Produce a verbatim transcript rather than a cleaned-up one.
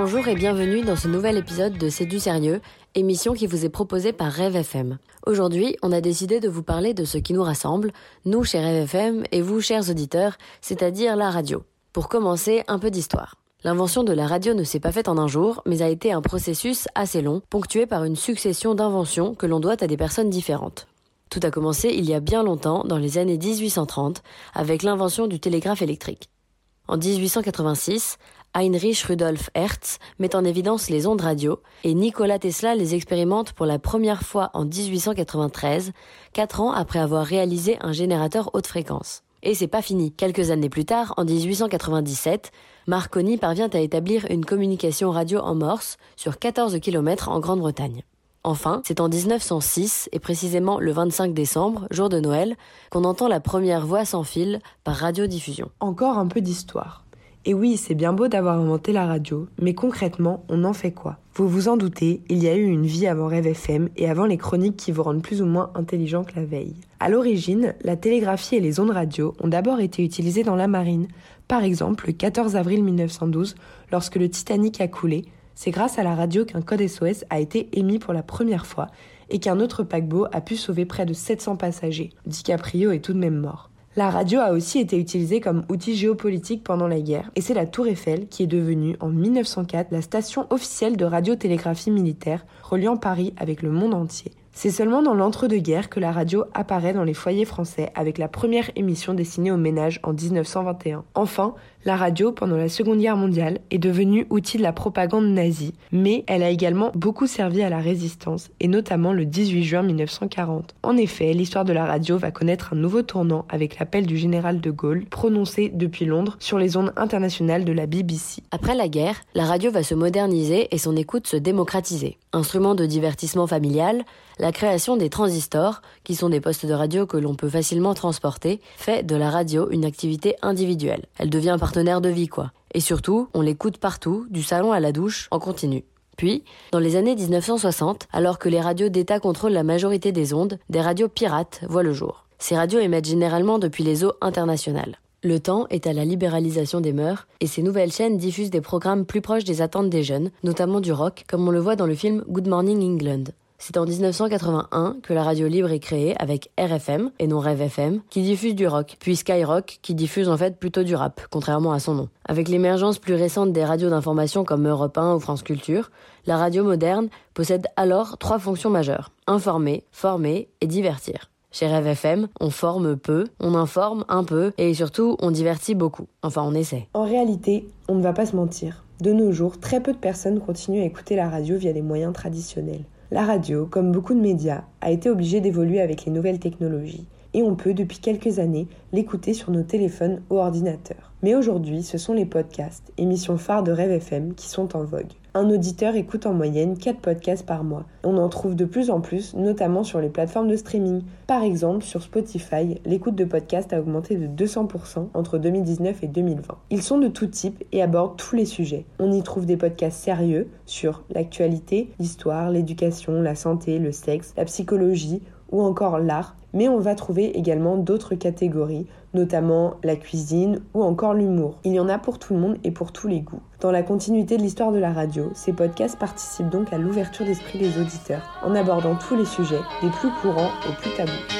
Bonjour et bienvenue dans ce nouvel épisode de C'est du sérieux, émission qui vous est proposée par Rêve F M. Aujourd'hui, on a décidé de vous parler de ce qui nous rassemble, nous chez Rêve F M et vous chers auditeurs, c'est-à-dire la radio. Pour commencer, un peu d'histoire. L'invention de la radio ne s'est pas faite en un jour, mais a été un processus assez long, ponctué par une succession d'inventions que l'on doit à des personnes différentes. Tout a commencé il y a bien longtemps, dans les années dix-huit cent trente, avec l'invention du télégraphe électrique. En dix-huit cent quatre-vingt-six, Heinrich Rudolf Hertz met en évidence les ondes radio et Nikola Tesla les expérimente pour la première fois en dix-huit cent quatre-vingt-treize, quatre ans après avoir réalisé un générateur haute fréquence. Et c'est pas fini. Quelques années plus tard, en dix-huit cent quatre-vingt-dix-sept, Marconi parvient à établir une communication radio en morse sur quatorze kilomètres en Grande-Bretagne. Enfin, c'est en dix-neuf cent six, et précisément le vingt-cinq décembre, jour de Noël, qu'on entend la première voix sans fil par radiodiffusion. Encore un peu d'histoire. Et oui, c'est bien beau d'avoir inventé la radio, mais concrètement, on en fait quoi ? Vous vous en doutez, il y a eu une vie avant Rêve F M et avant les chroniques qui vous rendent plus ou moins intelligent que la veille. À l'origine, la télégraphie et les ondes radio ont d'abord été utilisées dans la marine. Par exemple, le quatorze avril mille neuf cent douze, lorsque le Titanic a coulé, c'est grâce à la radio qu'un code S O S a été émis pour la première fois et qu'un autre paquebot a pu sauver près de sept cents passagers. DiCaprio est tout de même mort. La radio a aussi été utilisée comme outil géopolitique pendant la guerre, et c'est la Tour Eiffel qui est devenue, en mille neuf cent quatre, la station officielle de radiotélégraphie militaire, reliant Paris avec le monde entier. C'est seulement dans l'entre-deux-guerres que la radio apparaît dans les foyers français avec la première émission destinée aux ménages en dix-neuf cent vingt et un. Enfin, la radio, pendant la Seconde Guerre mondiale, est devenue outil de la propagande nazie, mais elle a également beaucoup servi à la résistance, et notamment le dix-huit juin mille neuf cent quarante. En effet, l'histoire de la radio va connaître un nouveau tournant avec l'appel du général de Gaulle, prononcé depuis Londres sur les ondes internationales de la B B C. Après la guerre, la radio va se moderniser et son écoute se démocratiser. Instrument de divertissement familial, la création des transistors, qui sont des postes de radio que l'on peut facilement transporter, fait de la radio une activité individuelle. Elle devient partenaire de vie, quoi. Et surtout, on l'écoute partout, du salon à la douche, en continu. Puis, dans les années dix-neuf cent soixante, alors que les radios d'État contrôlent la majorité des ondes, des radios pirates voient le jour. Ces radios émettent généralement depuis les eaux internationales. Le temps est à la libéralisation des mœurs, et ces nouvelles chaînes diffusent des programmes plus proches des attentes des jeunes, notamment du rock, comme on le voit dans le film Good Morning England. C'est en dix-neuf cent quatre-vingt-un que la radio libre est créée avec R F M, et non Rêve F M, qui diffuse du rock, puis Skyrock, qui diffuse en fait plutôt du rap, contrairement à son nom. Avec l'émergence plus récente des radios d'information comme Europe un ou France Culture, la radio moderne possède alors trois fonctions majeures: informer, former et divertir. Chez Rêve F M, on forme peu, on informe un peu, et surtout, on divertit beaucoup. Enfin, on essaie. En réalité, on ne va pas se mentir. De nos jours, très peu de personnes continuent à écouter la radio via des moyens traditionnels. La radio, comme beaucoup de médias, a été obligée d'évoluer avec les nouvelles technologies. Et on peut, depuis quelques années, l'écouter sur nos téléphones ou ordinateurs. Mais aujourd'hui, ce sont les podcasts, émissions phares de Rêve F M, qui sont en vogue. Un auditeur écoute en moyenne quatre podcasts par mois. On en trouve de plus en plus, notamment sur les plateformes de streaming. Par exemple, sur Spotify, l'écoute de podcasts a augmenté de deux cents pour cent entre deux mille dix-neuf et deux mille vingt. Ils sont de tout type et abordent tous les sujets. On y trouve des podcasts sérieux sur l'actualité, l'histoire, l'éducation, la santé, le sexe, la psychologie ou encore l'art. Mais on va trouver également d'autres catégories, notamment la cuisine ou encore l'humour. Il y en a pour tout le monde et pour tous les goûts. Dans la continuité de l'histoire de la radio, ces podcasts participent donc à l'ouverture d'esprit des auditeurs, en abordant tous les sujets, des plus courants aux plus tabous.